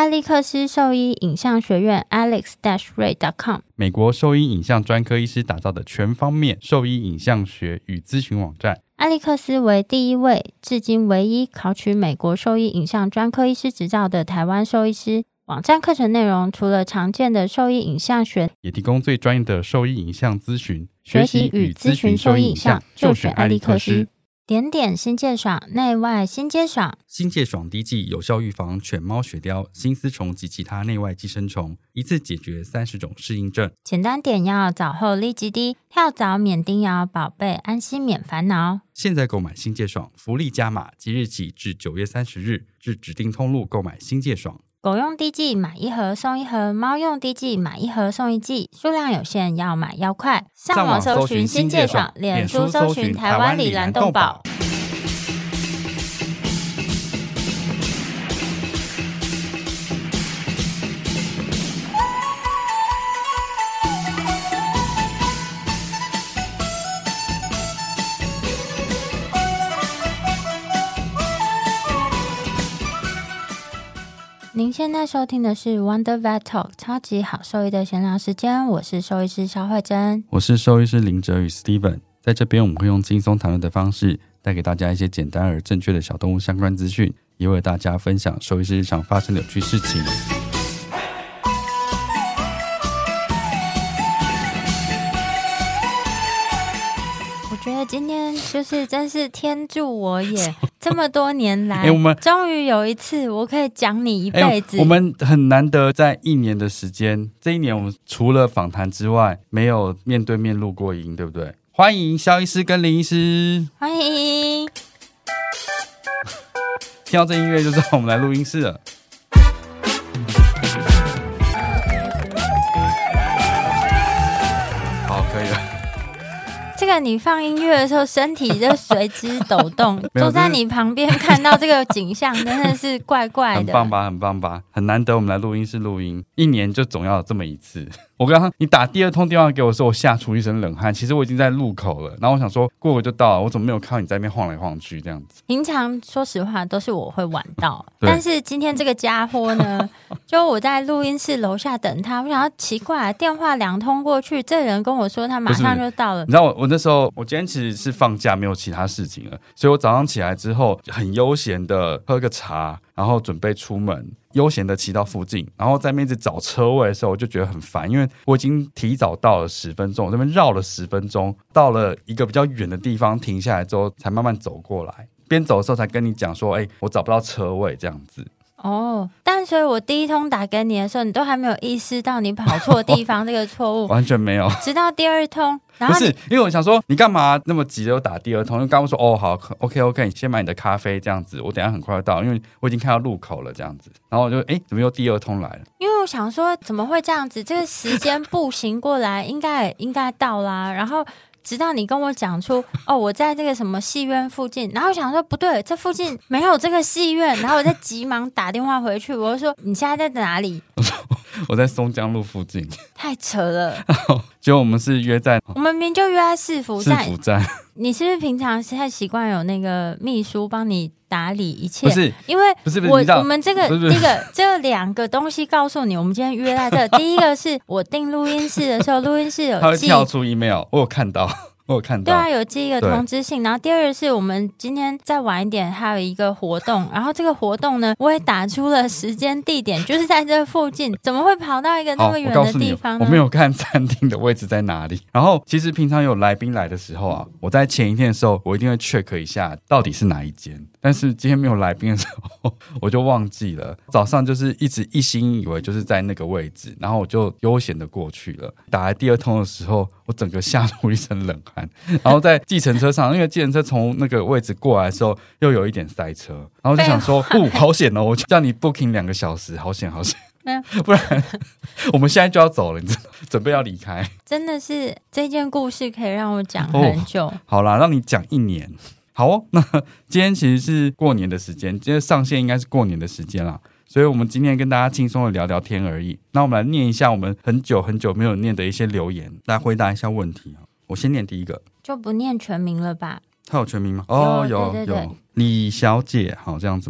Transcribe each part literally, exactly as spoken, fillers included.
艾利克斯兽医影像学院 alex dash ray dot com， 美国兽医影像专科医师打造的全方面兽医影像学与咨询网站。 艾利克斯为第一位至今唯一考取美国兽医影像专科医师执照的台湾兽医师。网站课程内容除了常见的兽医影像学， 也提供最专业的兽医影像咨询。 学习与咨询兽医影像就选艾利克斯。点点新界爽，内外新接爽。 新界爽滴剂有效预防犬猫血貂、新丝虫及其他内外寄生虫，一次解决三十种适应症。 简单点药，早后立即滴，跳蚤免叮咬，宝贝安心免烦恼。 现在购买新界爽，福利加码，即日起至九月三十日，至指定通路购买新界爽。 狗用滴剂买一盒送一盒，猫用滴剂买一盒送一剂，数量有限，要买要快。上网搜寻新界爽，脸书搜寻台湾里兰动宝。您现在收听的是 Wonder Vet Talk 超级好兽医的闲聊时间，我是兽医师肖慧珍， 我是兽医师林哲宇 Steven。 在这边我们会用轻松谈论的方式带给大家一些简单而正确的小动物相关资讯，也为大家分享兽医师日常发生的有趣事情。 我觉得今天就是真是天助我也这么多年来、 欸、我们终于有一次我可以讲你一辈子、 欸、我们很难得在一年的时间，这一年我们除了访谈之外没有面对面录过音，对不对？欢迎肖医师跟林医师， 欢迎。 听到这音乐就知道我们来录音室了。好，可以了。 这个你放音乐的时候身体就随之抖动坐在你旁边看到这个景象真的是怪怪的。 很棒吧很棒吧，很难得我们来录音室录音，一年就总要有这么一次。我刚刚你打第二通电话给我的时候，我吓出一身冷汗，其实我已经在路口了，然后我想说过个就到了，我怎么没有看到你在那边晃来晃去这样子。 平常说实话都是我会晚到但是今天这个家伙呢就我在录音室楼下等他，我想要奇怪电话两通过去，这人跟我说他马上就到了。 你知道 我, 我那时候我今天其实是放假没有其他事情了，所以我早上起来之后很悠闲的喝个茶，然后准备出门，悠闲的骑到附近，然后在那边一直找车位的时候我就觉得很烦，因为我已经提早到了十分钟，我这边绕了十分钟，到了一个比较远的地方停下来之后才慢慢走过来，边走的时候才跟你讲说哎、欸，我找不到车位这样子。 哦，但所以我第一通打给你的时候，你都还没有意识到你跑错地方这个错误完全没有， 直到第二通然后不是因为我想说你干嘛那么急的打第二通，因为刚刚说哦好 OK OK 你先买你的咖啡这样子，我等一下很快就到，因为我已经看到路口了这样子，然后我就哎怎么又第二通来了， 因为我想说怎么会这样子，这个时间步行过来应该应该到啦，然后直到你跟我讲出哦我在这个什么戏院附近，然后我想说不对，这附近没有这个戏院，然后我在急忙打电话回去，我就说你现在在哪里？ 我在松江路附近。 太扯了结果我们是约在我们明明就约在市府站。 市府站你是不是平常太习惯有那个秘书帮你打理一切？ 不是， 因为不是不是我我们这个不是不是这个这两个东西告诉你，我们今天约在这。第一个是我订录音室的时候，录音室有寄， 他会跳出 email， 我有看到。我有看到， 对啊，有寄一个通知信。然后第二个是我们今天再晚一点还有一个活动，然后这个活动呢我也打出了时间地点，就是在这附近，怎么会跑到一个那么远的地方呢？ 我, 我没有看餐厅的位置在哪里。然后其实平常有来宾来的时候啊，我在前一天的时候我一定会 check 一下到底是哪一间，但是今天没有来宾的时候我就忘记了，早上就是一直一心以为就是在那个位置，然后我就悠闲的过去了。打来第二通的时候我整个吓出一身冷汗，然后在计程车上，因为计程车从那个位置过来的时候又有一点塞车，然后就想说哦好险哦，我叫你 booking 两个小时，好险好险不然我们现在就要走了，你知道准备要离开。 真的是这件故事可以让我讲很久、哦、 好啦，让你讲一年。好哦，那今天其实是过年的时间，今天上线应该是过年的时间啦，所以我们今天跟大家轻松的聊聊天而已。那我们来念一下我们很久很久没有念的一些留言，来回答一下问题。我先念第一个， 就不念全名了吧？ 他有全名吗？哦，有对对对有，李小姐，好这样子吗？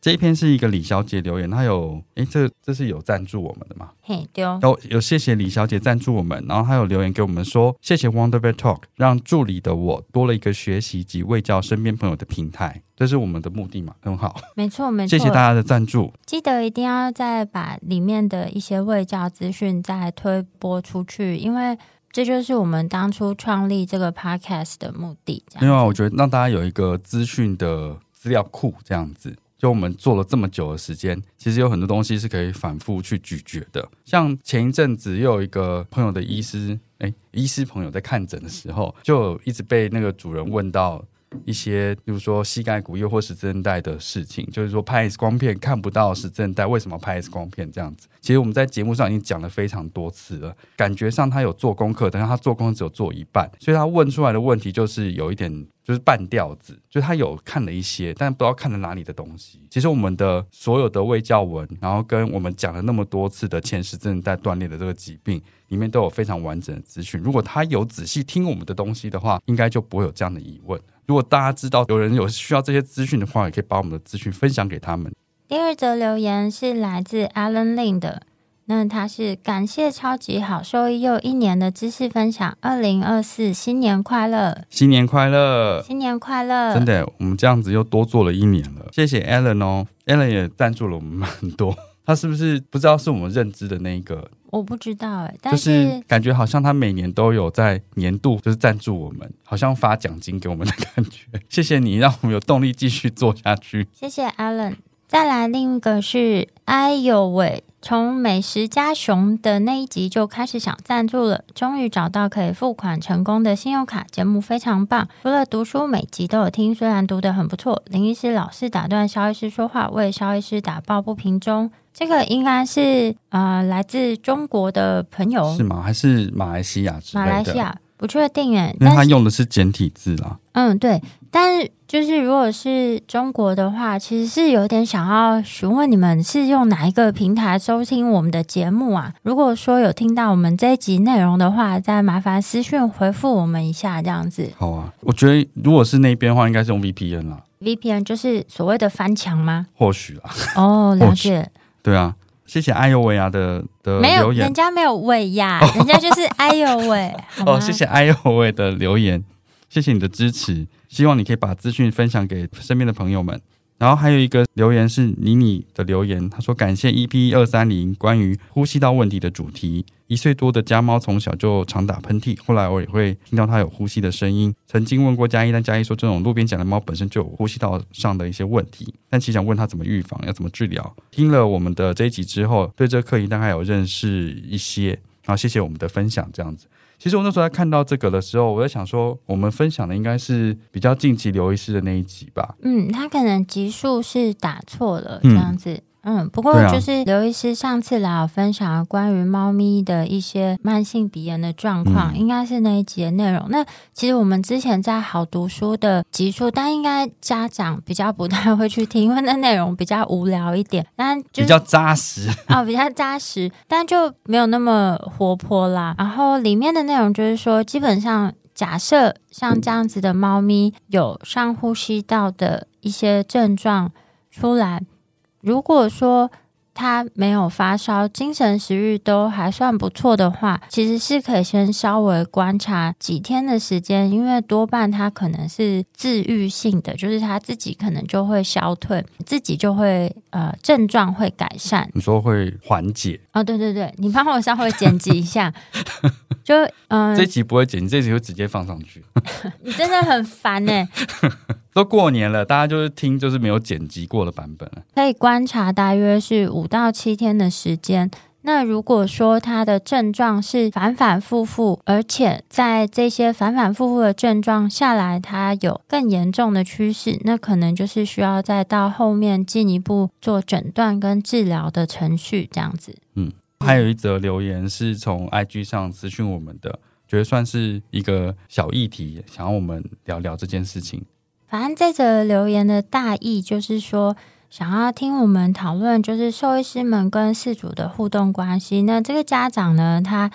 这一篇是一个李小姐留言，她有诶这这是有赞助我们的吗？ 嘿，对哦， 有有谢谢李小姐赞助我们，然后她有留言给我们说，谢谢 Wonder Vet Talk 让助理的我多了一个学习及卫教身边朋友的平台，这是我们的目的嘛，很好， 没错没错， 谢谢大家的赞助。 记得一定要再把里面的一些卫教资讯再推播出去，因为这就是我们当初创立这个 podcast 的目的。 因为我觉得让大家有一个资讯的资料库，这样子。就我们做了这么久的时间，其实有很多东西是可以反复去咀嚼的。像前一阵子又有一个朋友的医师，哎，医师朋友在看诊的时候，就一直被那个主人问到一些，比如说膝盖骨又或十字韧带的事情，就是说拍 X 光片看不到十字韧带，为什么拍 X 光片这样子？其实我们在节目上已经讲了非常多次了，感觉上他有做功课，但是他做功课只有做一半，所以他问出来的问题就是有一点就是半吊子，就是他有看了一些，但不知道看了哪里的东西。其实我们的所有的卫教文，然后跟我们讲了那么多次的前十字韧带断裂的这个疾病，里面都有非常完整的资讯。如果他有仔细听我们的东西的话，应该就不会有这样的疑问。如果大家知道有人有需要这些资讯的话，也可以把我们的资讯分享给他们。 第二则留言是来自 Alan Lin 的，那他是感谢超级好兽医又一年的知识分享，二零二四新年快乐， 新年快乐， 新年快乐！ 真的，我们这样子又多做了一年了，谢谢 Alan 哦 ，Alan 也赞助了我们很多。他是不是不知道是我们认知的那一个？ 我不知道哎、欸，但是、就是感觉好像他每年都有在年度就是赞助我们，好像发奖金给我们的感觉。谢谢你，让我们有动力继续做下去。 谢谢 Alan。再来另一个是，哎呦喂，从美食家熊的那一集就开始想赞助了，终于找到可以付款成功的信用卡，节目非常棒。除了读书每集都有听，虽然读得很不错。林医师老是打断肖医师说话，为肖医师打抱不平中。这个应该是呃来自中国的朋友， 是吗？还是马来西亚之类的？ 马来西亚不确定耶， 因为他用的是简体字啦。 嗯，对。但是就是如果是中国的话，其实是有点想要询问你们是用哪一个平台收听我们的节目啊？如果说有听到我们这一集内容的话，再麻烦私讯回复我们一下，这样子。 好啊，我觉得如果是那边的话，应该是用 V P N 啦。 V P N 就是所谓的翻墙吗？ 或许啦。 哦，了解。 对啊，谢谢哎呦喂呀的的留言。 没有，人家没有喂呀，哦、人家就是哎呦喂。 哦，谢谢哎呦喂的留言，谢谢你的支持，希望你可以把资讯分享给身边的朋友们。然后还有一个留言是妮妮的留言，他说感谢 E P 二三零关于呼吸道问题的主题。一岁多的家猫从小就常打喷嚏，后来我也会听到它有呼吸的声音。曾经问过嘉义，但嘉义说这种路边捡的猫本身就有呼吸道上的一些问题，但其实想问他怎么预防，要怎么治疗。听了我们的这一集之后，对这个课题大概有认识一些，然后谢谢我们的分享这样子。其实我那时候在看到这个的时候，我在想说我们分享的应该是比较近期刘医师的那一集吧。 嗯，他可能集数是打错了这样子。嗯嗯，不过就是刘医师上次来有分享关于猫咪的一些慢性鼻炎的状况、嗯、应该是那一集的内容。那其实我们之前在好读书的集数，但应该家长比较不太会去听，因为那内容比较无聊一点，但、就是、 比较扎实哦，比较扎实，但就没有那么活泼啦。然后里面的内容就是说，基本上假设像这样子的猫咪有上呼吸道的一些症状出来，如果说他没有发烧，精神食欲都还算不错的话，其实是可以先稍微观察几天的时间，因为多半他可能是自愈性的，就是他自己可能就会消退，自己就会呃症状会改善。 你说会缓解？ 哦，对对对，你帮我稍微剪辑一下。就嗯、呃， 这一集不会剪，这一集会直接放上去。 你真的很烦欸。 都过年了，大家就是听就是没有剪辑过的版本了。 可以观察大约是五到七天的时间。那如果说它的症状是反反复复，而且在这些反反复复的症状下来，它有更严重的趋势，那可能就是需要再到后面进一步做诊断跟治疗的程序这样子。 嗯，还有一则留言是从 I G 上私讯我们的，觉得算是一个小议题，想要我们聊聊这件事情。 反正这则留言的大意就是说，想要听我们讨论就是兽医师们跟饲主的互动关系。那这个家长呢，他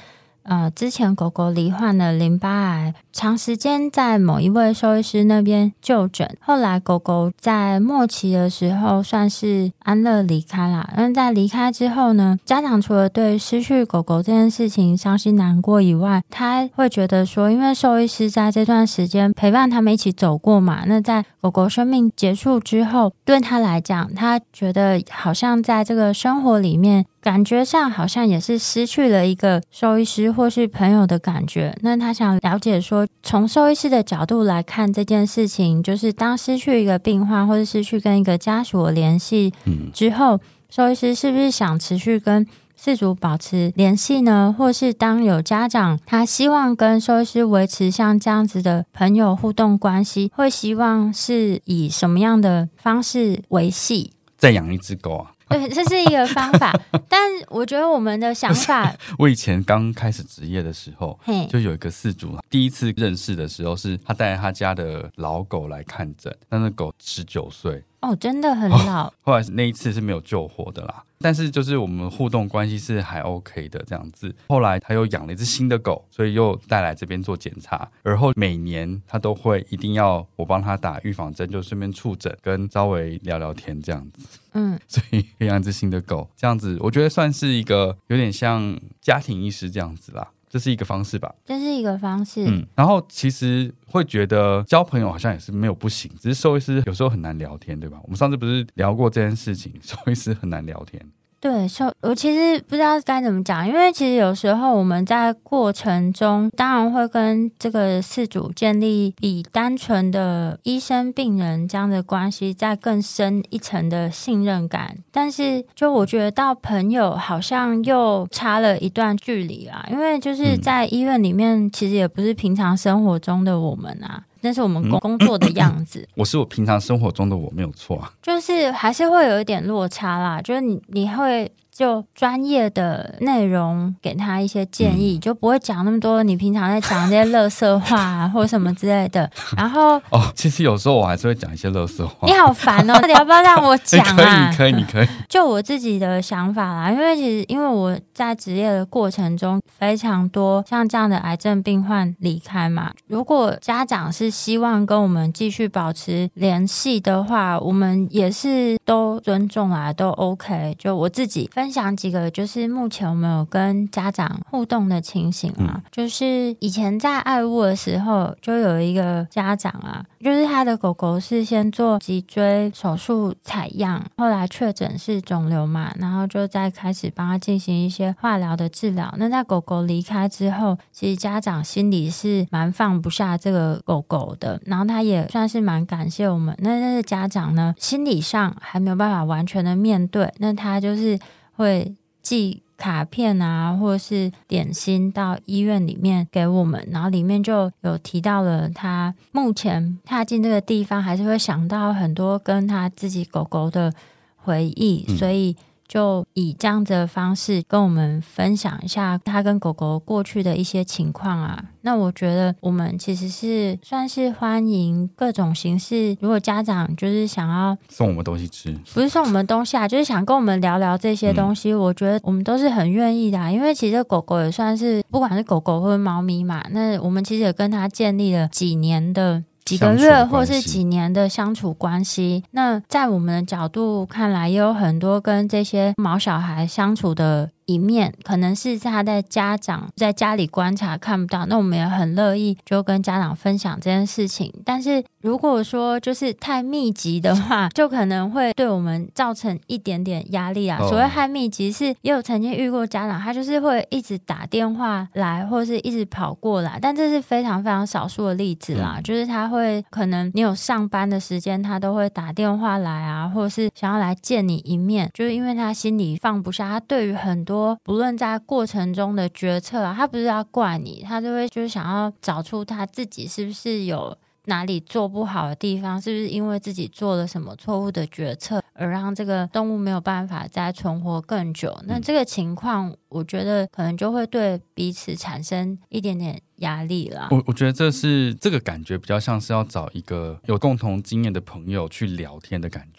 呃，之前狗狗罹患了淋巴癌，长时间在某一位兽医师那边就诊，后来狗狗在末期的时候算是安乐离开啦。那在离开之后呢，家长除了对失去狗狗这件事情伤心难过以外，他会觉得说，因为兽医师在这段时间陪伴他们一起走过嘛，那在狗狗生命结束之后，对他来讲，他觉得好像在这个生活里面感觉上好像也是失去了一个兽医师或是朋友的感觉。那他想了解说，从兽医师的角度来看这件事情，就是当失去一个病患或是失去跟一个家属的联系之后、嗯、兽医师是不是想持续跟饲主保持联系呢？或是当有家长他希望跟兽医师维持像这样子的朋友互动关系，会希望是以什么样的方式维系？ 再养一只狗啊？ 对，这是一个方法。但我觉得我们的想法， 我以前刚开始职业的时候，就有一个饲主，第一次认识的时候是他带他家的老狗来看诊，那那狗十九岁哦，真的很老、哦、 后来那一次是没有救活的啦，但是就是我们互动关系是还 OK 的这样子。后来他又养了一只新的狗，所以又带来这边做检查，而后每年他都会一定要我帮他打预防针，就顺便触诊跟稍微聊聊天这样子。嗯，所以养一只新的狗这样子，我觉得算是一个有点像家庭医师这样子啦，这是一个方式吧， 这是一个方式。 嗯，然后其实会觉得交朋友好像也是没有不行，只是兽医师有时候很难聊天，对吧？我们上次不是聊过这件事情，兽医师很难聊天。 对，我其实不知道该怎么讲，因为其实有时候我们在过程中当然会跟这个饲主建立比单纯的医生病人这样的关系再更深一层的信任感，但是就我觉得到朋友好像又差了一段距离啦，因为就是在医院里面其实也不是平常生活中的我们啊，那是我们工作的样子、嗯、 我是我平常生活中的我没有错啊， 就是还是会有一点落差啦，就是你你会就专业的内容给他一些建议、嗯、就不会讲那么多你平常在讲这些垃圾话啊或什么之类的。然后哦，其实有时候我还是会讲一些垃圾话。 你好烦哦，你要不要让我讲啊？ 你可以你可以你可以就我自己的想法啦，因为其实因为我在职业的过程中非常多像这样的癌症病患离开嘛，如果家长是希望跟我们继续保持联系的话，我们也是都尊重啦，都 OK。 就我自己分享几个就是目前我们有跟家长互动的情形啊、嗯、就是以前在爱屋的时候就有一个家长啊，就是他的狗狗是先做脊椎手术采样，后来确诊是肿瘤嘛，然后就再开始帮他进行一些化疗的治疗。那在狗狗离开之后，其实家长心里是蛮放不下这个狗狗的，然后他也算是蛮感谢我们。那但是家长呢心理上还没有办法完全的面对，那他就是会寄卡片啊或者是点心到医院里面给我们，然后里面就有提到了他目前踏进这个地方还是会想到很多跟他自己狗狗的回忆、嗯、所以就以这样子的方式跟我们分享一下他跟狗狗过去的一些情况啊。那我觉得我们其实是算是欢迎各种形式，如果家长就是想要送我们东西吃， 不是送我们东西啊，就是想跟我们聊聊这些东西、嗯、我觉得我们都是很愿意的、啊、因为其实狗狗也算是不管是狗狗或者猫咪嘛，那我们其实也跟它建立了几年的几个月或是几年的相处关系。那在我们的角度看来，也有很多跟这些毛小孩相处的一面，可能是他在家长在家里观察看不到，那我们也很乐意就跟家长分享这件事情。但是如果说就是太密集的话，就可能会对我们造成一点点压力啊、哦、所谓太密集是也有曾经遇过家长他就是会一直打电话来或是一直跑过来，但这是非常非常少数的例子啦、嗯、就是他会可能你有上班的时间他都会打电话来啊，或是想要来见你一面，就是因为他心里放不下，他对于很多不论在过程中的决策啊，他不是要怪你，他就会就是想要找出他自己是不是有哪里做不好的地方，是不是因为自己做了什么错误的决策而让这个动物没有办法再存活更久。那这个情况我觉得可能就会对彼此产生一点点压力啦。 我我觉得这是这个感觉比较像是要找一个有共同经验的朋友去聊天的感觉啦。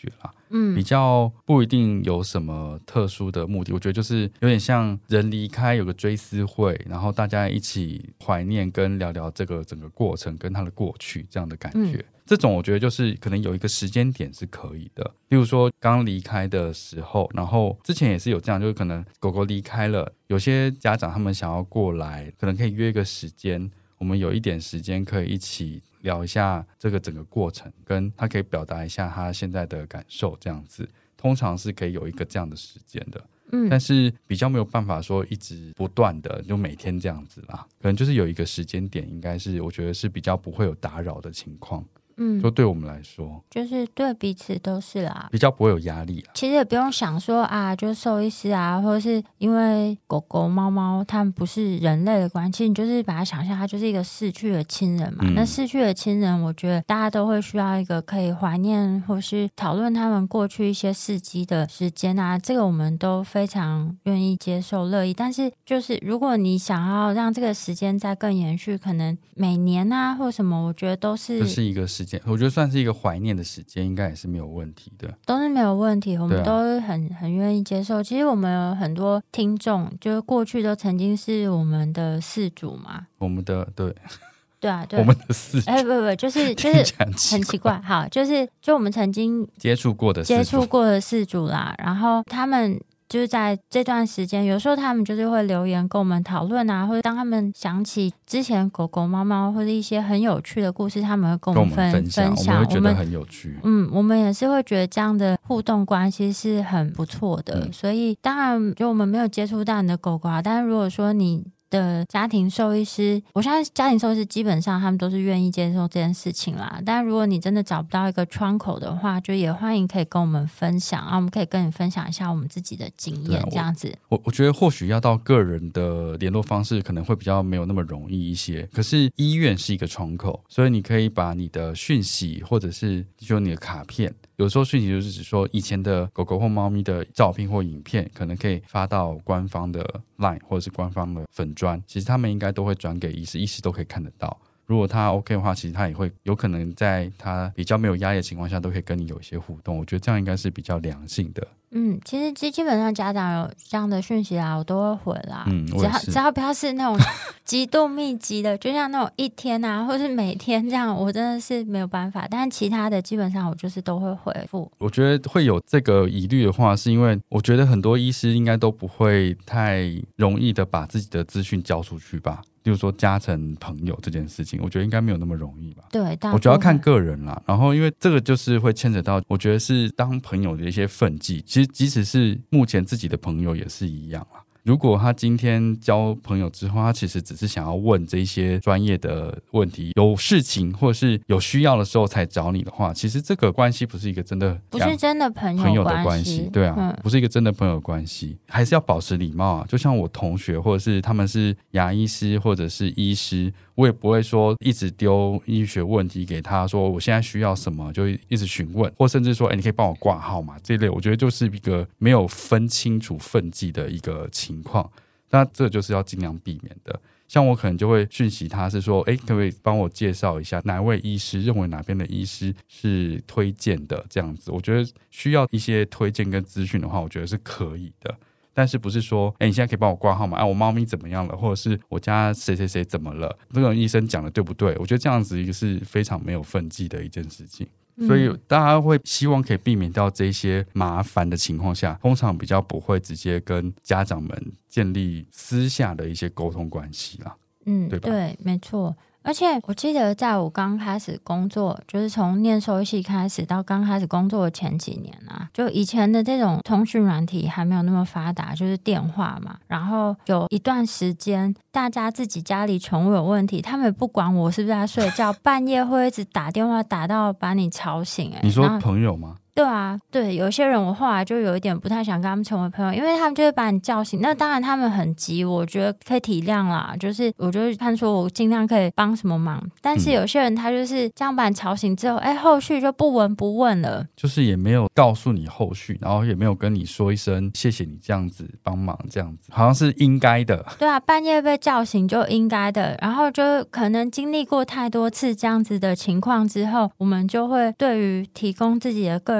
嗯，比较不一定有什么特殊的目的，我觉得就是有点像人离开有个追思会，然后大家一起怀念跟聊聊这个整个过程跟他的过去这样的感觉、嗯、这种我觉得就是可能有一个时间点是可以的，例如说刚离开的时候，然后之前也是有这样，就是可能狗狗离开了，有些家长他们想要过来，可能可以约一个时间，我们有一点时间可以一起聊一下这个整个过程，跟他可以表达一下他现在的感受，这样子通常是可以有一个这样的时间的。嗯，但是比较没有办法说一直不断的就每天这样子啦，可能就是有一个时间点，应该是我觉得是比较不会有打扰的情况。嗯，就对我们来说就是对彼此都是啦， 比较不会有压力、啊、 其实也不用想说啊，就兽医师啊，或者是因为狗狗猫猫它们不是人类的关系，你就是把它想象它就是一个逝去的亲人嘛、嗯、那逝去的亲人我觉得大家都会需要一个可以怀念或是讨论他们过去一些事迹的时间啊，这个我们都非常愿意接受乐意，但是就是如果你想要让这个时间再更延续，可能每年啊或什么，我觉得都是这是一个时间，我觉得算是一个怀念的时间，应该也是没有问题的， 都是没有问题，我们都很、啊、很愿意接受。其实我们有很多听众就是过去都曾经是我们的饲主嘛， 我们的对对啊对， 我们的饲主， 哎、欸、不不就是就是很奇怪，好，就是就我们曾经接触过的接触过的饲主啦，然后他们就是在这段时间，有时候他们就是会留言跟我们讨论啊，或者当他们想起之前狗狗猫猫或者一些很有趣的故事，他们会跟我们 分, 分享， 分享我们会觉得很有趣。 嗯，我们也是会觉得这样的互动关系是很不错的、嗯、所以当然就我们没有接触到你的狗狗啊，但是如果说你的家庭兽医师，我相信家庭兽医师基本上他们都是愿意接受这件事情啦，但如果你真的找不到一个窗口的话，就也欢迎可以跟我们分享啊，我们可以跟你分享一下我们自己的经验这样子。 我我觉得或许要到个人的联络方式可能会比较没有那么容易一些，可是医院是一个窗口，所以你可以把你的讯息或者是就你的卡片，有时候讯息就是指说以前的狗狗或猫咪的照片或影片，可能可以发到官方的 LINE 或者是官方的粉专，其实他们应该都会转给医师，医师都可以看得到。如果他 OK 的话，其实他也会有可能在他比较没有压力的情况下都可以跟你有一些互动，我觉得这样应该是比较良性的。 嗯，其实基本上家长有这样的讯息啦，我都会回啦。 嗯， 只要只要不要是那种极度密集的，就像那种一天啊，或是每天这样，我真的是没有办法。但其他的基本上我就是都会回复。 我觉得会有这个疑虑的话，是因为我觉得很多医师应该都不会太容易的把自己的资讯交出去吧。例如说加成朋友这件事情，我觉得应该没有那么容易吧。 对， 我觉得要看个人啦。然后因为这个就是会牵扯到，我觉得是当朋友的一些分际，其实即使是目前自己的朋友也是一样啦。如果他今天交朋友之后，他其实只是想要问这些专业的问题，有事情或者是有需要的时候才找你的话，其实这个关系不是一个真的不是真的朋友朋友的关系，对啊、嗯，不是一个真的朋友关系，还是要保持礼貌啊。就像我同学或者是他们是牙医师或者是医师，我也不会说一直丢医学问题给他，说我现在需要什么就一直询问，或甚至说哎，你可以帮我挂号吗？这一类我觉得就是一个没有分清楚分际的一个情况，那这就是要尽量避免的。像我可能就会讯息他是说，哎，可不可以帮我介绍一下哪位医师，认为哪边的医师是推荐的，这样子。我觉得需要一些推荐跟资讯的话，我觉得是可以的。但是不是说，哎，你现在可以帮我挂号吗？啊，我猫咪怎么样了，或者是我家谁谁谁怎么了？这个医生讲的对不对？我觉得这样子一个是非常没有分际的一件事情。所以大家会希望可以避免掉这些麻烦的情况下，通常比较不会直接跟家长们建立私下的一些沟通关系啦。 嗯， 对吧？ 对，没错。而且我记得在我刚开始工作，就是从念兽医系开始到刚开始工作的前几年啊，就以前的这种通讯软体还没有那么发达，就是电话嘛。然后有一段时间大家自己家里宠物有问题，他们也不管我是不是在睡觉，半夜会一直打电话打到把你吵醒、欸、 你说朋友吗？ 对啊，对，有些人我后来就有一点不太想跟他们成为朋友，因为他们就会把你叫醒。那当然他们很急，我觉得可以体谅啦，就是我就看说我尽量可以帮什么忙。但是有些人他就是这样把你吵醒之后，哎、嗯，后续就不闻不问了， 就是也没有告诉你后续，然后也没有跟你说一声谢谢你这样子帮忙，这样子好像是应该的。 对啊，半夜被叫醒就应该的，然后就可能经历过太多次这样子的情况之后，我们就会对于提供自己的个人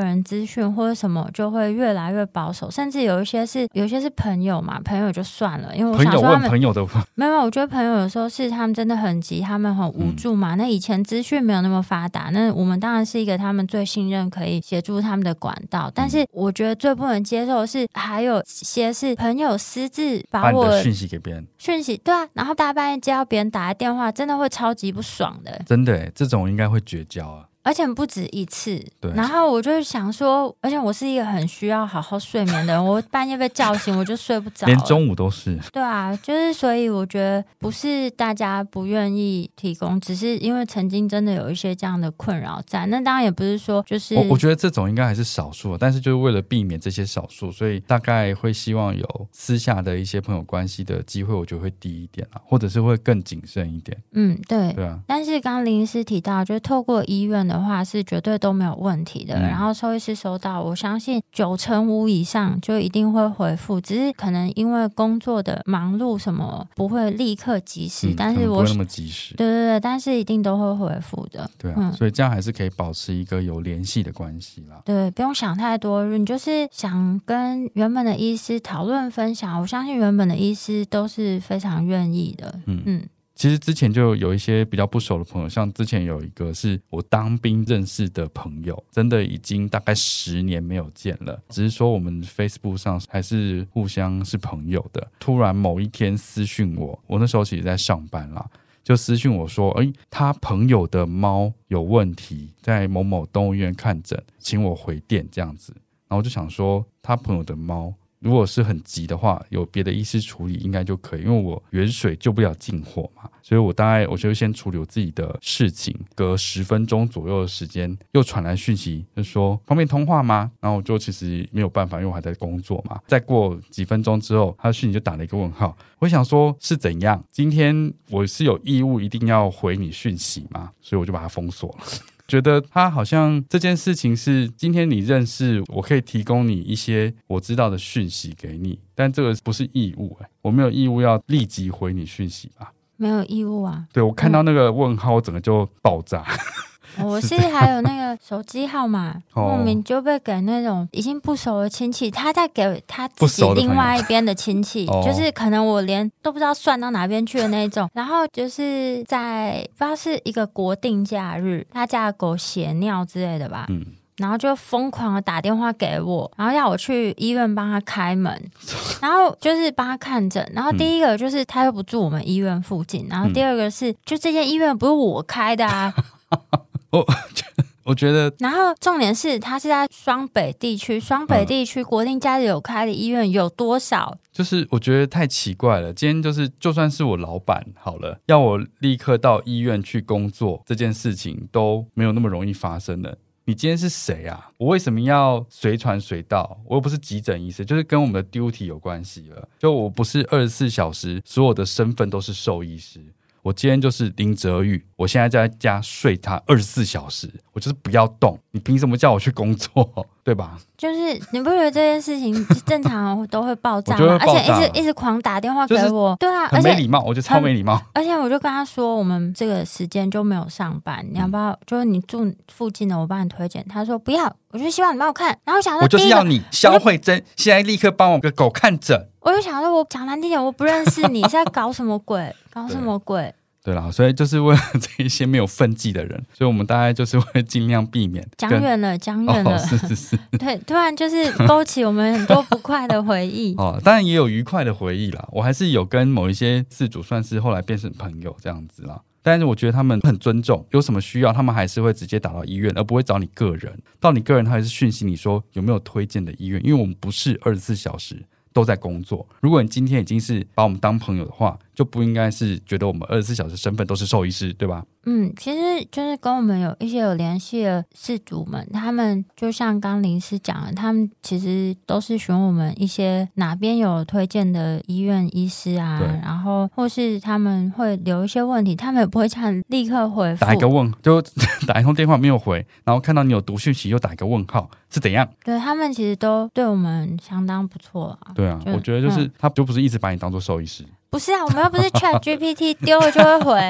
人资讯或者什么就会越来越保守，甚至有一些是有一些是朋友嘛，朋友就算了，因为我想说他们朋友问朋友的没有，我觉得朋友有时候是他们真的很急，他们很无助嘛。嗯、那以前资讯没有那么发达，那我们当然是一个他们最信任可以协助他们的管道。但是我觉得最不能接受的是，还有些是朋友私自把我把你的讯息给别人， 讯息对啊，然后大半夜接到别人打来电话，真的会超级不爽的。 真的耶，这种应该会绝交啊。 而且不止一次， 对。 然后我就想说，而且我是一个很需要好好睡眠的人，我半夜被叫醒我就睡不着， 连中午都是。 对啊，就是所以我觉得不是大家不愿意提供，只是因为曾经真的有一些这样的困扰在。那当然也不是说就是我我觉得这种应该还是少数，但是就是为了避免这些少数，所以大概会希望有私下的一些朋友关系的机会，我觉得会低一点啦，或者是会更谨慎一点。 嗯，对， 对啊。 但是刚刚林医师提到，就是透过医院的话是绝对都没有问题的，嗯、然后兽医师收到，我相信九成五以上就一定会回复，只是可能因为工作的忙碌什么不会立刻及时， 嗯、 但是我不会那么及时， 对对对，但是一定都会回复的。 对啊、嗯，所以这样还是可以保持一个有联系的关系啦。 对，不用想太多，你就是想跟原本的医师讨论分享，我相信原本的医师都是非常愿意的。嗯嗯。 其实之前就有一些比较不熟的朋友，像之前有一个是我当兵认识的朋友，真的已经大概十年没有见了，只是说我们 Facebook 上还是互相是朋友的。突然某一天私讯我，我那时候其实在上班啦，就私讯我说，哎，他朋友的猫有问题，在某某动物医院看诊，请我回电这样子。然后我就想说，他朋友的猫如果是很急的话，有别的医师处理应该就可以，因为我远水救不了近火嘛，所以我大概我就先处理我自己的事情。隔十分钟左右的时间，又传来讯息，就说方便通话吗？然后我就其实没有办法，因为我还在工作嘛。再过几分钟之后，他的讯息就打了一个问号。我想说是怎样？今天我是有义务一定要回你讯息吗？所以我就把它封锁了。觉得他好像这件事情是今天你认识我，可以提供你一些我知道的讯息给你，但这个不是义务、欸、我没有义务要立即回你讯息吧？ 没有义务啊。 对，我看到那个问号，我整个就爆炸。 我是还有那个手机号码莫名就被给那种已经不熟的亲戚，他在给他自己另外一边的亲戚，就是可能我连都不知道算到哪边去的那种。然后就是在不知道是一个国定假日，他家的狗血尿之类的吧，嗯，然后就疯狂的打电话给我，然后要我去医院帮他开门，然后就是帮他看诊。然后第一个就是他又不住我们医院附近，然后第二个是就这间医院不是我开的啊。 我我觉得， 然后重点是他是在双北地区，双北地区国定假日有开的医院有多少？ 就是我觉得太奇怪了。今天就是就算是我老板好了，要我立刻到医院去工作，这件事情都没有那么容易发生的。你今天是谁啊？我为什么要随传随到？我又不是急诊医师，就是跟我们的 duty 有关系了。就我不是二十四小时所有的身份都是兽医师。我今天就是林哲宇，我现在在家睡他二十四小时，我就是不要动。你凭什么叫我去工作？对吧？就是你不觉得这件事情正常都会爆炸吗？ 我觉得爆炸， 而且一直一直狂打电话给我， 就是、 对啊， 很没礼貌，我觉得超没礼貌。 而且我就跟他说，我们这个时间就没有上班，你要不要？就是你住附近的，我帮你推荐。他说不要，我就希望你帮我看。然后我想说， 我就是要你肖慧珍现在立刻帮我个狗看诊。 我就想说，我讲难听点，我不认识你，是在搞什么鬼？搞什么鬼？ 对啦，所以就是为了这一些没有分际的人，所以我们大概就是会尽量避免。 讲远了，讲远了， 哦、是是是， 对，突然就是勾起我们很多不快的回忆。 哦，当然也有愉快的回忆啦。我还是有跟某一些饲主算是后来变成朋友这样子啦。但是我觉得他们很尊重，有什么需要他们还是会直接打到医院，而不会找你个人。到你个人，他还是讯息你说有没有推荐的医院，因为我们不是二十四小时都在工作。如果你今天已经是把我们当朋友的话，就不应该是觉得我们二十四小时身份都是兽医师，对吧？ 嗯，其实就是跟我们有一些有联系的饲主们，他们就像刚林师讲的，他们其实都是询问我们一些哪边有推荐的医院医师啊，然后或是他们会留一些问题，他们也不会这样立刻回复， 打一个问就打一通电话没有回，然后看到你有读讯息又打一个问号，是怎样？ 对，他们其实都对我们相当不错啊。 对啊，我觉得就是、嗯、他就不是一直把你当做兽医师。 不是啊，我们又不是 Chat G P T 丢了就会回。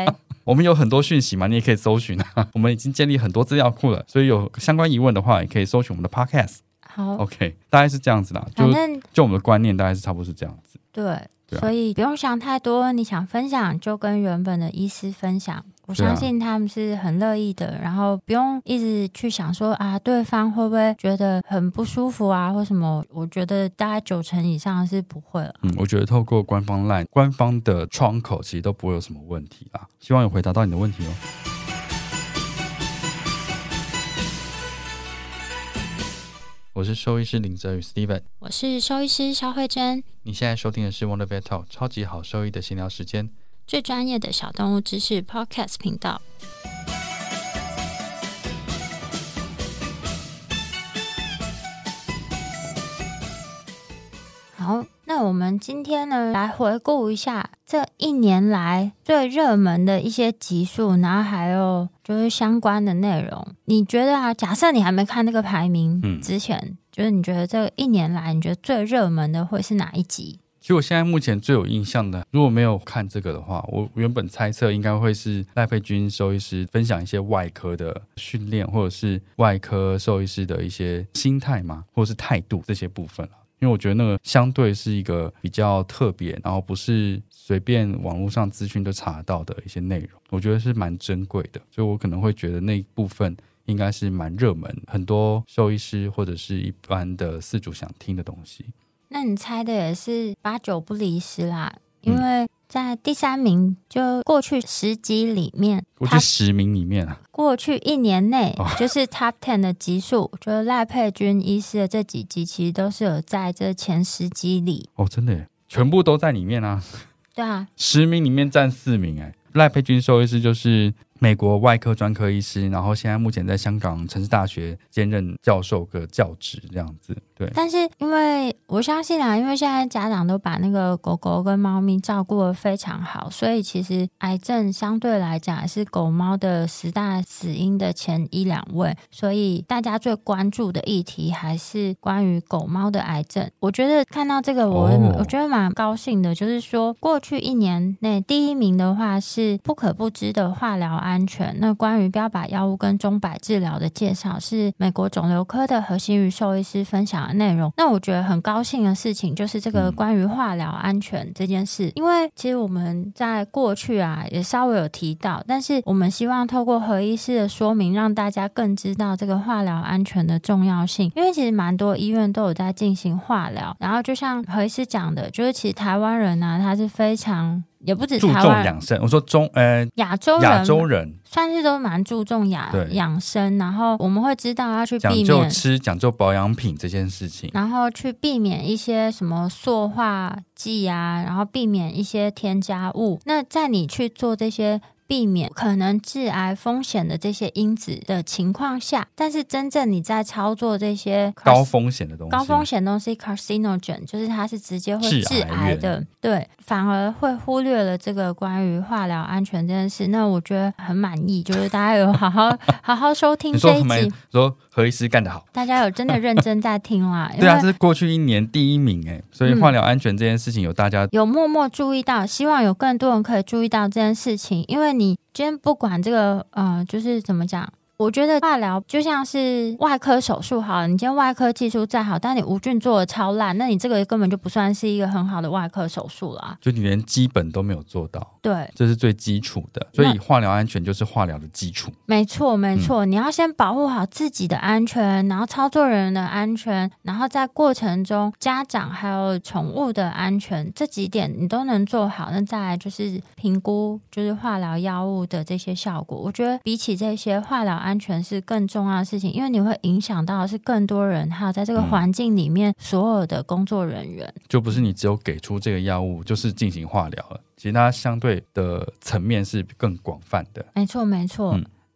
我们有很多讯息嘛，你也可以搜寻啊。我们已经建立很多资料库了，所以有相关疑问的话，也可以搜寻我们的 podcast。 好 ，OK， 大概是这样子啦。就反正就我们的观念大概是差不多是这样子。 对， 对啊所以不用想太多，你想分享就跟原本的医师分享，我相信他们是很乐意的，然后不用一直去想说啊，对方会不会觉得很不舒服啊，或什么。我觉得大概九成以上是不会了。 嗯，我觉得透过官方 LINE 官方的窗口，其实都不会有什么问题啦。希望有回答到你的问题哦。我是兽医师林哲宇 Steven， 我是兽医师肖慧珍。 你现在收听的是 Wonder Vet Talk 超级好兽医的闲聊时间， 最专业的小动物知识 Podcast 频道。好，那我们今天呢，来回顾一下这一年来最热门的一些集数，然后还有就是相关的内容。你觉得啊，假设你还没看那个排名之前，嗯、就是你觉得这一年来你觉得最热门的会是哪一集？ 其实我现在目前最有印象的，如果没有看这个的话，我原本猜测应该会是赖佩君兽医师分享一些外科的训练，或者是外科兽医师的一些心态嘛，或者是态度这些部分啦。因为我觉得那个相对是一个比较特别，然后不是随便网络上资讯都查得到的一些内容，我觉得是蛮珍贵的，所以我可能会觉得那一部分应该是蛮热门，很多兽医师或者是一般的饲主想听的东西。 那你猜的也是八九不离十啦，因为在第三名，就过去十集里面， 过去十名里面啊， 过去一年内、哦、就是 Top Ten 的集数，就是赖佩君医师的这几集，其实都是有在这前十集里。 哦，真的耶，全部都在里面啊。 对啊， 十名里面占四名哎。赖佩君兽医师就是美国外科专科医师，然后现在目前在香港城市大学兼任教授个教职这样子。对， 但是因为我相信啊，因为现在家长都把那个狗狗跟猫咪照顾得非常好，所以其实癌症相对来讲是狗猫的十大死因的前一两位，所以大家最关注的议题还是关于狗猫的癌症。我觉得看到这个我、哦、我觉得蛮高兴的，就是说过去一年内第一名的话是不可不知的化疗安全，那关于标靶药物跟钟摆治疗的介绍是美国肿瘤科的何新宇兽医师分享的内容。那我觉得很高兴的事情就是这个关于化疗安全这件事，因为其实我们在过去啊也稍微有提到，但是我们希望透过何医师的说明让大家更知道这个化疗安全的重要性，因为其实蛮多医院都有在进行化疗，然后就像何医师讲的，就是其实台湾人啊他是非常也不止台湾注重养生，我说中呃亚洲人亚洲人算是都蛮注重养养生，然后我们会知道要去避免讲究吃讲究保养品这件事情， 然后去避免一些什么塑化剂啊，然后避免一些添加物。那在你去做这些避免可能致癌风险的这些因子的情况下，但是真正你在操作这些高风险的东西， 高风险东西 carcinogen 就是它是直接会致癌的，对，反而会忽略了这个关于化疗安全这件事。那我觉得很满意，就是大家有好好好好收听这一集， 说何医师干得好， 大家有真的认真在听啦。 对啊，这是过去一年第一名哎，所以化疗安全这件事情有大家、嗯、 有默默注意到，希望有更多人可以注意到这件事情，因为你今天不管这个呃，就是怎么讲，我觉得化疗就像是外科手术好了，你今天外科技术再好，但你无菌做的超烂，那你这个根本就不算是一个很好的外科手术啦， 就你连基本都没有做到， 对， 这是最基础的，所以化疗安全就是化疗的基础。 没错没错、嗯、你要先保护好自己的安全，然后操作人的安全，然后在过程中家长还有宠物的安全，这几点你都能做好，那再来就是评估就是化疗药物的这些效果。我觉得比起这些化疗安全是更重要的事情，因为你会影响到的是更多人，还有在这个环境里面所有的工作人员、嗯、 就不是你只有给出这个药物就是进行化疗了，其实它相对的层面是更广泛的。 没错没错、嗯、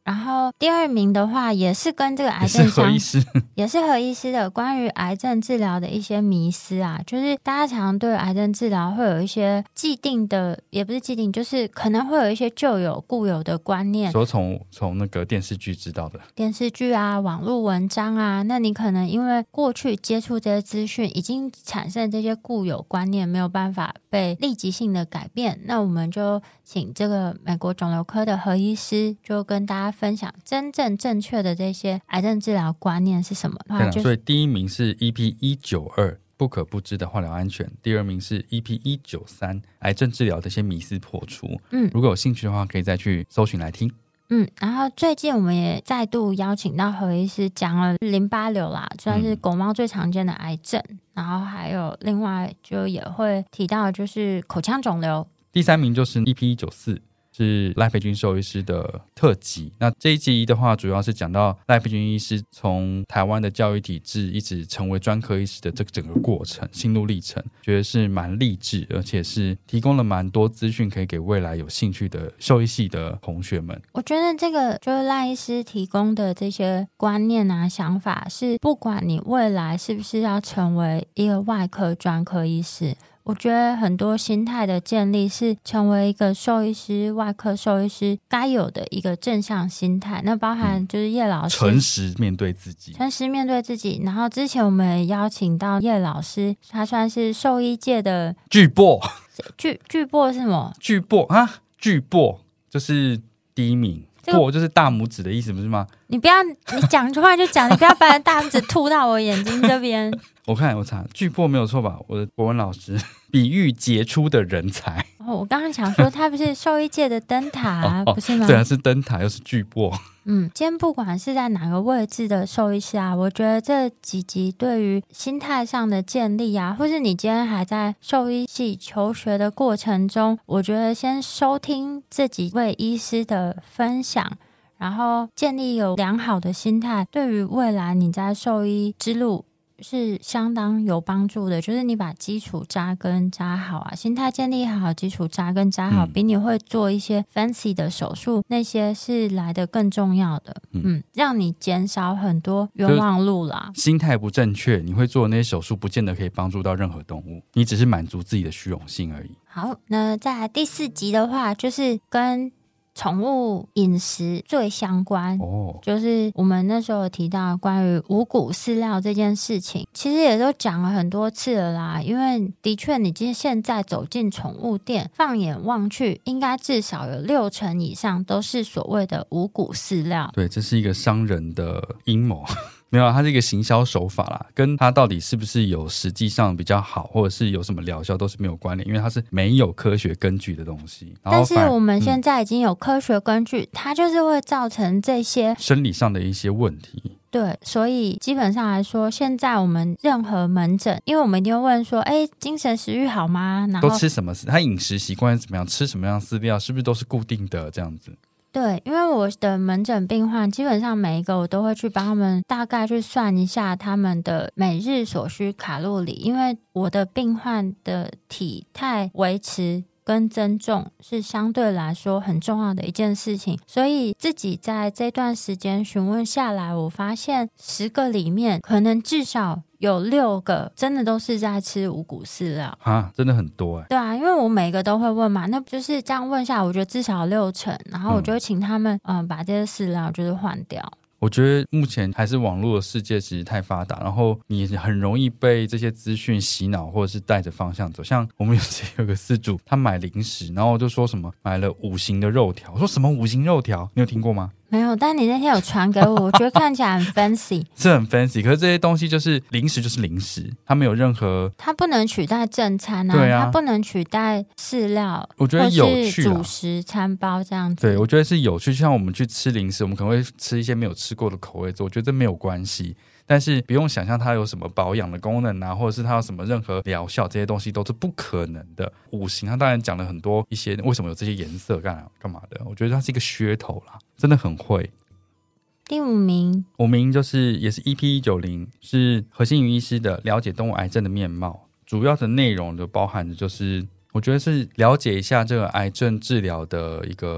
然后第二名的话也是跟这个癌症相也是何医师也是何医师的关于癌症治疗的一些迷思啊，就是大家常常对癌症治疗会有一些既定的，也不是既定，就是可能会有一些旧有固有的观念， 说从从那个电视剧知道的电视剧啊网络文章啊，那你可能因为过去接触这些资讯已经产生这些固有观念没有办法被立即性的改变，那我们就请这个美国肿瘤科的何医师就跟大家分享真正正确的这些癌症治疗观念是什么。 对了、 就是、 所以第一名是 E P 一九二不可不知的化疗安全，第二名是 E P 一九三癌症治疗的一些迷思破除。嗯，如果有兴趣的话可以再去搜寻来听。 嗯，然后最近我们也再度邀请到何医师讲了淋巴瘤啦，算是狗猫最常见的癌症、嗯、然后还有另外就也会提到就是口腔肿瘤。 第三名就是 E P 一九四，是赖培军兽医师的特辑。那这一集的话主要是讲到赖培军医师从台湾的教育体制一直成为专科医师的这个整个过程心路历程，觉得是蛮励志，而且是提供了蛮多资讯可以给未来有兴趣的兽医系的同学们。 我觉得这个就是赖医师提供的这些观念啊想法，是不管你未来是不是要成为一个外科专科医师，我觉得很多心态的建立是成为一个兽医师外科兽医师该有的一个正向心态，那包含就是叶老师、嗯、 诚实面对自己诚实面对自己。然后之前我们也邀请到叶老师，他算是兽医界的巨擘。 巨巨擘是什么？ 巨擘啊，巨擘就是第一名，擘就是大拇指的意思不是吗？ 你不要你讲出来就讲，你不要把大拇指吐到我眼睛这边。 我看我查巨擘没有错吧？我的国文老师比喻杰出的人才。 哦，我刚刚想说他不是兽医界的灯塔、啊哦哦、不是吗？ 对啊，是灯塔又是巨擘。 嗯，今天不管是在哪个位置的兽医师啊，我觉得这几集对于心态上的建立啊，或是你今天还在兽医系求学的过程中，我觉得先收听这几位医师的分享，然后建立有良好的心态，对于未来你在兽医之路是相当有帮助的。就是你把基础扎根扎好啊，心态建立好，基础扎根扎好、嗯、比你会做一些 fancy 的手术那些是来得更重要的。 嗯, 嗯，让你减少很多冤枉路啦。 心态不正确，你会做的那些手术不见得可以帮助到任何动物，你只是满足自己的虚荣心而已。 好，那再来第四集的话就是跟宠物饮食最相关、哦、就是我们那时候有提到关于五谷饲料这件事情，其实也都讲了很多次了啦。因为的确你现在走进宠物店，放眼望去应该至少有六成以上都是所谓的五谷饲料。 对，这是一个商人的阴谋。没有，它是一个行销手法啦，跟它到底是不是有实际上比较好，或者是有什么疗效都是没有关联，因为它是没有科学根据的东西。 但是我们现在已经有科学根据、嗯、它就是会造成这些生理上的一些问题。 对，所以基本上来说，现在我们任何门诊，因为我们一定会问说，哎，精神食欲好吗？然后都吃什么？他饮食习惯是怎么样？吃什么样饲料？是不是都是固定的这样子？ 对，因为我的门诊病患基本上每一个我都会去帮他们大概去算一下他们的每日所需卡路里，因为我的病患的体态维持跟增重是相对来说很重要的一件事情，所以自己在这段时间询问下来，我发现十个里面可能至少有六个真的都是在吃五谷饲料啊，真的很多哎。 对啊，因为我每个都会问嘛，那就是这样问下来，我觉得至少有六成，然后我就会请他们嗯、呃、把这些饲料就是换掉。 我觉得目前还是网络的世界其实太发达，然后你很容易被这些资讯洗脑，或者是带着方向走。像我们有有个饲主，他买零食，然后就说什么买了五型的肉条，我说什么五型肉条，你有听过吗？ 没有，但你那天有传给我，我觉得看起来很 fancy， 是很 fancy。可是这些东西就是零食，就是零食，它没有任何， 它不能取代正餐啊， 对啊， 它不能取代饲料， 我觉得有趣， 主食餐包这样子。 对，我觉得是有趣。就像我们去吃零食，我们可能会吃一些没有吃过的口味，我觉得这没有关系。但是不用想象它有什么保养的功能啊，或者是它有什么任何疗效，这些东西都是不可能的。五行它当然讲了很多一些为什么有这些颜色干嘛干嘛的，我觉得它是一个噱头啦，真的很会。 第五名， 五名就是也是 E P 一九零，是何新宇医师的了解动物癌症的面貌，主要的内容就包含的就是我觉得是了解一下这个癌症治疗的一个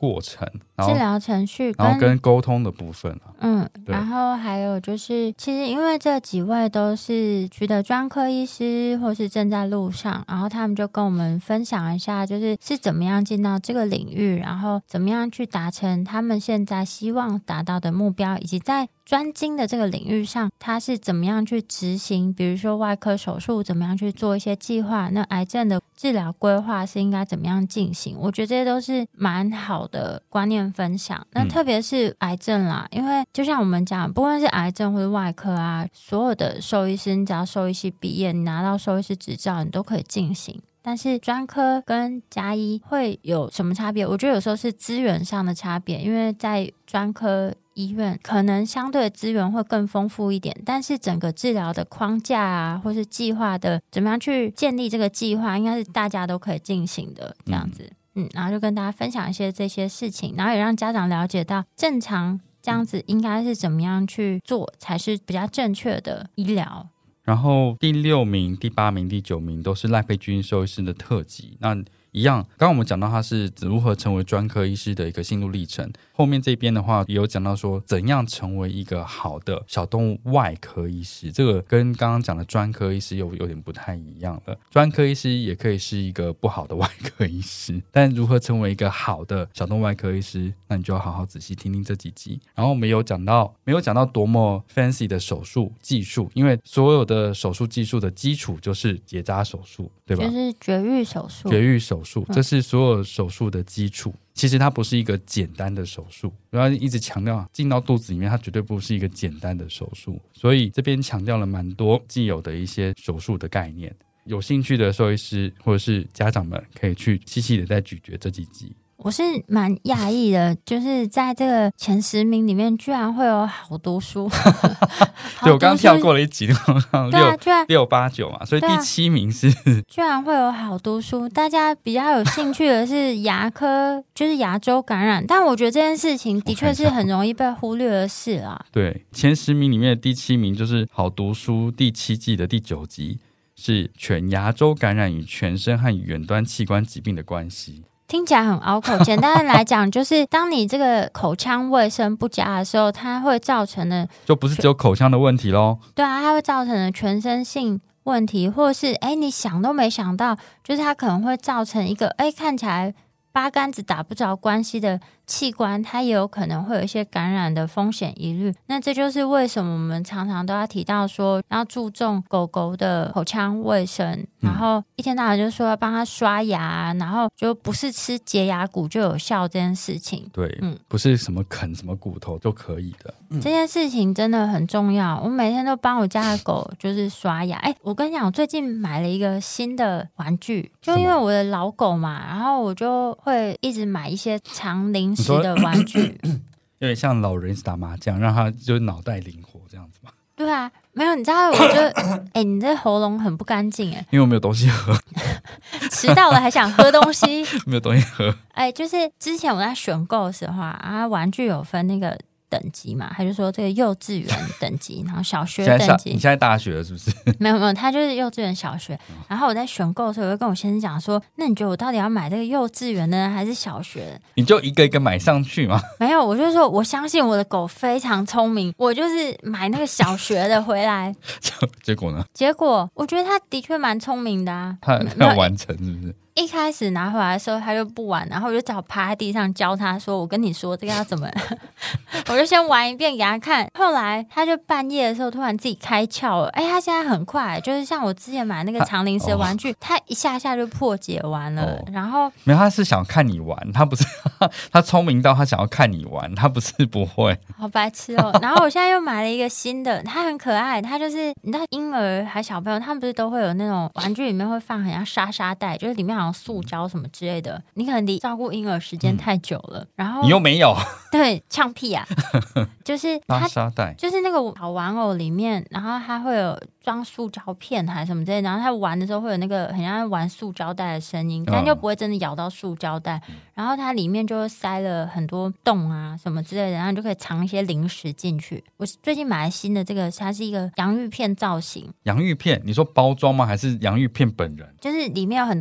过程，然后治疗程序， 然后跟沟通的部分啊。 嗯，然后还有就是，其实因为这几位都是取得专科医师，或是正在路上，然后他们就跟我们分享一下，就是是怎么样进到这个领域，然后怎么样去达成他们现在希望达到的目标，以及在专精的这个领域上，他是怎么样去执行，比如说外科手术怎么样去做一些计划，那癌症的治疗规划是应该怎么样进行，我觉得这些都是蛮好的观念分享。那特别是癌症啦，因为就像我们讲，不管是癌症或者外科啊，所有的兽医师，你只要兽医系毕业，你拿到兽医师执照，你都可以进行。但是专科跟家医会有什么差别？我觉得有时候是资源上的差别，因为在专科医院可能相对的资源会更丰富一点，但是整个治疗的框架啊，或是计划的怎么样去建立这个计划，应该是大家都可以进行的这样子。嗯, 嗯，然后就跟大家分享一些这些事情，然后也让家长了解到正常这样子应该是怎么样去做才是比较正确的医疗。 然后第六名、第八名、第九名都是赖佩君兽医师的特辑。那一样，刚刚我们讲到他是如何成为专科医师的一个心路历程，后面这边的话也有讲到说怎样成为一个好的小动物外科医师，这个跟刚刚讲的专科医师又有点不太一样了。专科医师也可以是一个不好的外科医师，但如何成为一个好的小动物外科医师，那你就要好好仔细听听这几集。然后我们有讲到没有讲到多么 fancy 的手术技术，因为所有的手术技术的基础就是结扎手术，对吧？ 就是绝育手术。 绝育手术，这是所有手术的基础。其实它不是一个简单的手术，不要一直强调进到肚子里面，它绝对不是一个简单的手术。所以这边强调了蛮多既有的一些手术的概念。有兴趣的兽医师或者是家长们可以去细细的再咀嚼这几集。 我是蛮讶异的，就是在这个前十名里面居然会有好读书。 对，我刚刚跳过了一集，对啊，居然六八九嘛，所以第七名是、啊、 居然会有好读书。大家比较有兴趣的是牙科，就是牙周感染，但我觉得这件事情的确是很容易被忽略的事啦。 对，前十名里面的第七名就是好读书第七季的第九集，是犬牙周感染与全身和远端器官疾病的关系。 听起来很拗口，简单的来讲就是当你这个口腔卫生不佳的时候，它会造成的就不是只有口腔的问题咯。 对啊，它会造成的全身性问题，或者是哎你想都没想到，就是它可能会造成一个哎看起来八竿子打不着关系的器官，它也有可能会有一些感染的风险疑虑。那这就是为什么我们常常都要提到说要注重狗狗的口腔卫生，然后一天到晚就说要帮它刷牙，然后就不是吃洁牙骨就有效这件事情。 对，嗯，不是什么啃什么骨头都可以的、 嗯、这件事情真的很重要。我每天都帮我家的狗就是刷牙。哎，我跟你讲，我最近买了一个新的玩具，就因为我的老狗嘛，然后我就会一直买一些常零食的玩具， 有点像老人打麻将，让他就脑袋灵活这样子嘛。 对啊，没有，你知道我就哎，你这喉咙很不干净哎， 因为我没有东西喝， 迟到了还想喝东西， 没有东西喝。 哎，就是之前我在选购的时候啊，玩具有分那个等级嘛，他就说这个幼稚园等级，然后小学等级。 你现在大学了是不是？ 没有没有，他就是幼稚园小学。然后我在选购的时候，我就跟我先生讲说，那你觉得我到底要买这个幼稚园的还是小学的？ 你就一个一个买上去吗？ 没有，我就说我相信我的狗非常聪明，我就是买那个小学的回来。 结果呢？ 结果我觉得他的确蛮聪明的啊， 他要完成是不是？ 一开始拿回来的时候他就不玩，然后我就只好趴在地上教他说，我跟你说这个要怎么我就先玩一遍给他看。后来他就半夜的时候突然自己开窍了，哎，他现在很快，就是像我之前买那个常零食的玩具，他一下下就破解完了、哦、然后没有，他是想看你玩，他不是他聪明到他想要看你玩，他不是不会。 好白痴哦。然后我现在又买了一个新的，他很可爱，他就是你知道婴儿还小朋友他们不是都会有那种玩具里面会放很像沙沙袋，就是里面好像塑胶什么之类的，你可能离照顾婴儿时间太久了、嗯、然后你又没有对呛屁啊就是它沙袋就是那个小玩偶里面，然后它会有装塑胶片还是什么之类的，然后它玩的时候会有那个很像玩塑胶袋的声音，但就不会真的咬到塑胶袋、嗯、然后它里面就塞了很多洞啊什么之类的，然后你就可以藏一些零食进去。我最近买了新的这个，它是一个洋芋片造型。 洋芋片你说包装吗？还是洋芋片本人？ 就是里面有很多的洋芋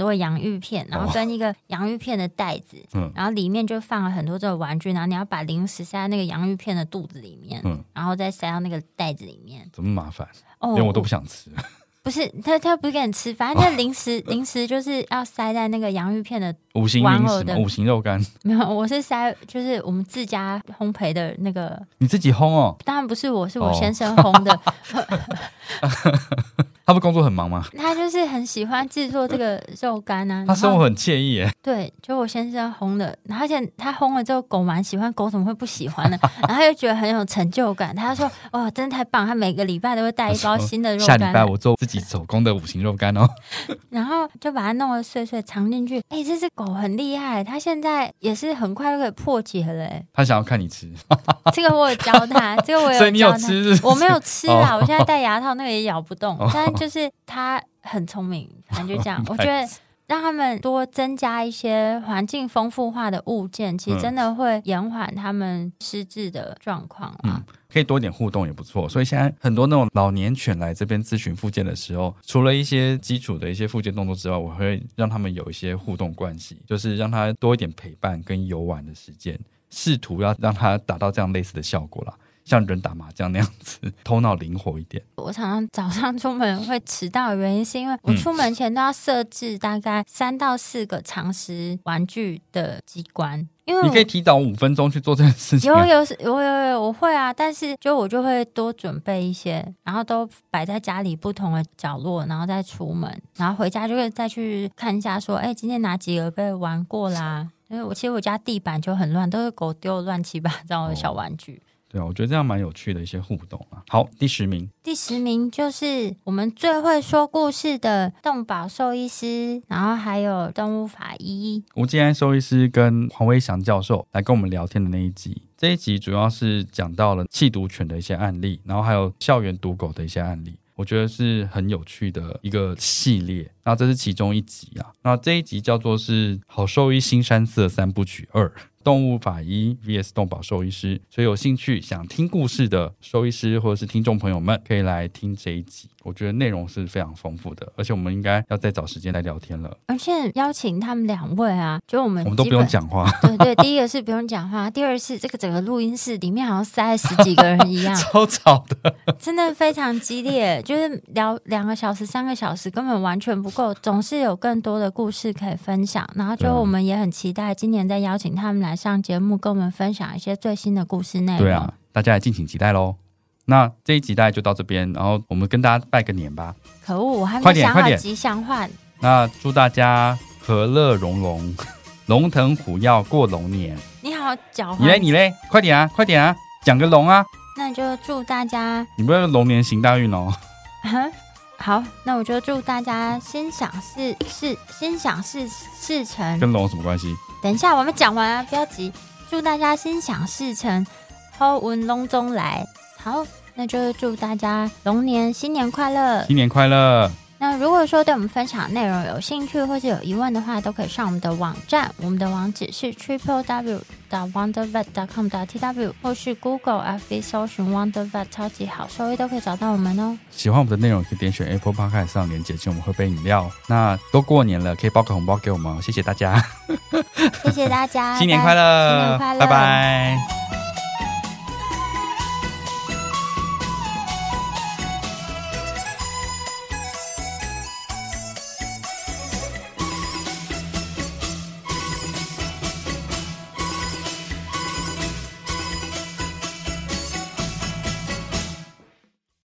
芋片，然后跟一个洋芋片的袋子， 嗯， 然后里面就放了很多这个玩具，然后你要把零食塞在那个洋芋片的肚子里面，嗯，然后再塞到那个袋子里面。 怎么麻烦？ 哦， 连我都不想吃。 不是他，他不是给你吃，反正那零食、哦、零食就是要塞在那个洋芋片的五行零食嘛，五行肉干。没有，我是塞，就是我们自家烘焙的那个。 你自己烘哦？ 当然不是我，是我先生烘的。 哦、他们工作很忙吗？ 他就是很喜欢制作这个肉干啊。 他生活很惬意耶。 对，就我先生烘的，而且他烘了之后，狗蛮喜欢，狗怎么会不喜欢呢？然后他就觉得很有成就感。他就说：“哦，真的太棒！他每个礼拜都会带一包新的肉干。” 下礼拜我做自己手工的五行肉干哦。 然后就把它弄得碎碎藏进去。哎、欸，这只狗很厉害，它现在也是很快就可以破解了。哎， 它想要看你吃。 这个我有教它，这个我有教它。 所以你有吃是不是？ 我没有吃啦，我现在戴牙套，那个也咬不动。哦、但就是它很聪明，反正就这样。我觉得让他们多增加一些环境丰富化的物件，其实真的会延缓他们失智的状况啊。嗯， 可以多一点互动也不错，所以现在很多那种老年犬来这边咨询复健的时候，除了一些基础的一些复健动作之外，我会让他们有一些互动关系，就是让他多一点陪伴跟游玩的时间，试图要让他达到这样类似的效果啦，像人打麻将那样子，头脑灵活一点。 我常常早上出门会迟到的原因是因为我出门前都要设置大概三到四个常识玩具的机关，因为你可以提早五分钟去做这件事情、啊。 有有有有有，我会啊，但是就我就会多准备一些，然后都摆在家里不同的角落，然后再出门，然后回家就会再去看一下说，哎，今天哪几个被玩过啦？因为我其实我家地板就很乱，都是狗丢乱七八糟的小玩具。哦， 对啊，我觉得这样蛮有趣的一些互动啊。好，第十名， 第十名就是我们最会说故事的动保兽医师，然后还有动物法医吴继安兽医师跟黄威祥教授来跟我们聊天的那一集。这一集主要是讲到了弃毒犬的一些案例，然后还有校园毒狗的一些案例。我觉得是很有趣的一个系列，那这是其中一集啊。那这一集叫做是好兽医新山色三部曲二，动物法医 V S 动保兽医师。所以有兴趣想听故事的兽医师或者是听众朋友们可以来听这一集，我觉得内容是非常丰富的，而且我们应该要再找时间来聊天了。 而且邀请他们两位啊，就我们我们都不用讲话。 对对，第一个是不用讲话，第二是这个整个录音室里面好像塞了十几个人一样， 超吵的， 真的非常激烈，就是聊两个小时、三个小时根本完全不够，总是有更多的故事可以分享。然后就我们也很期待今年再邀请他们来上节目，跟我们分享一些最新的故事内容。 对啊，大家也敬请期待咯。那这一集大概就到这边，然后我们跟大家拜个年吧。 可恶，我还没想好吉祥话。 那祝大家和乐融融，龙腾虎跃过龙年。 你好狡猾， 你嘞你嘞，快点啊快点啊，讲个龙啊。 那就祝大家， 你不要龙年行大运哦。 好，那我就祝大家心想事事心想事事成。 跟龙有什么关系？ 等一下我们讲完啊，不要急。祝大家心想事成，好运龙中来。好，那就祝大家龙年新年快乐， 新年快乐。 那如果说对我们分享的内容有兴趣或是有疑问的话，都可以上我们的网站，我们的网址是 triple w dot wonder vet dot com dot t w 或是 Google F B 搜寻 Wonder Vet 超级好兽医都可以找到我们哦。 喜欢我们的内容可以点选 Apple Podcast 上连结请我们喝杯饮料。那都过年了，可以包个红包给我们，谢谢大家。 谢谢大家， 新年快乐， 新年快乐， 拜拜。